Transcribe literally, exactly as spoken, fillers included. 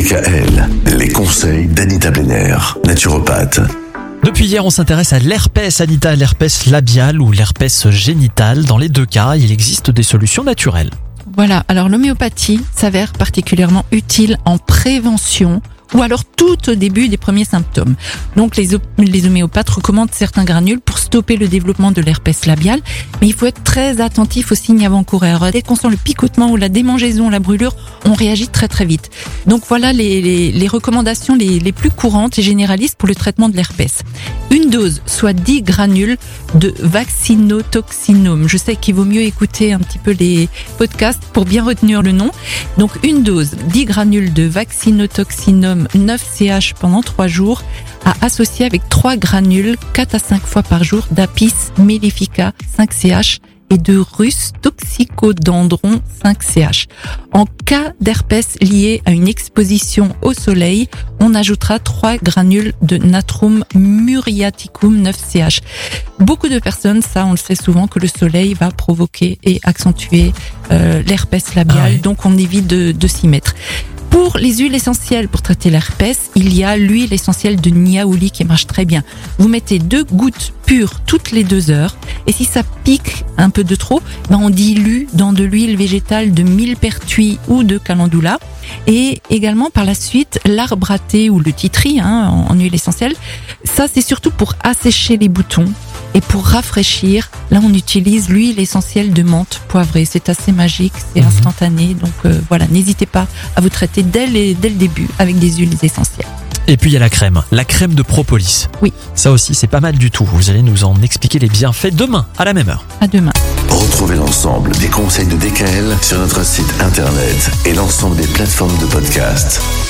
D K L, les conseils d'Anita Benner, naturopathe. Depuis hier, on s'intéresse à l'herpès, Anita, l'herpès labial ou l'herpès génital. Dans les deux cas, il existe des solutions naturelles. Voilà, alors l'homéopathie s'avère particulièrement utile en prévention ou alors tout au début des premiers symptômes. Donc les, les homéopathes recommandent certains granules pour stopper le développement de l'herpès labial, mais il faut être très attentif aux signes avant-coureurs. Dès qu'on sent le picotement ou la démangeaison, la brûlure, on réagit très très vite. Donc voilà les, les, les recommandations les, les plus courantes et généralistes pour le traitement de l'herpès. Une dose, soit dix granules de vaccinatoxinum. Je sais qu'il vaut mieux écouter un petit peu les podcasts pour bien retenir le nom. Donc une dose, dix granules de vaccinatoxinum neuf C H pendant trois jours à associer avec trois granules quatre à cinq fois par jour d'Apis mellifica cinq C H et de Rhus toxicodendron cinq C H. En cas d'herpès lié à une exposition au soleil, on ajoutera trois granules de Natrum muriaticum neuf C H. Beaucoup de personnes, ça on le sait souvent, que le soleil va provoquer et accentuer euh, l'herpès labial, ah oui. Donc on évite de, de s'y mettre. Pour les huiles essentielles pour traiter l'herpès, il y a l'huile essentielle de niaouli qui marche très bien. Vous mettez deux gouttes pures toutes les deux heures et si ça pique un peu de trop, ben on dilue dans de l'huile végétale de millepertuis ou de calendula. Et également par la suite l'arbre à thé ou le titri hein, en, en huile essentielle. Ça c'est surtout pour assécher les boutons. Et pour rafraîchir, là on utilise l'huile essentielle de menthe poivrée. C'est assez magique, c'est mmh. instantané. Donc euh, voilà, n'hésitez pas à vous traiter dès, les, dès le début avec des huiles essentielles. Et puis il y a la crème, la crème de propolis. Oui. Ça aussi c'est pas mal du tout. Vous allez nous en expliquer les bienfaits demain à la même heure. À demain. Retrouvez l'ensemble des conseils de D K L sur notre site internet et l'ensemble des plateformes de podcast.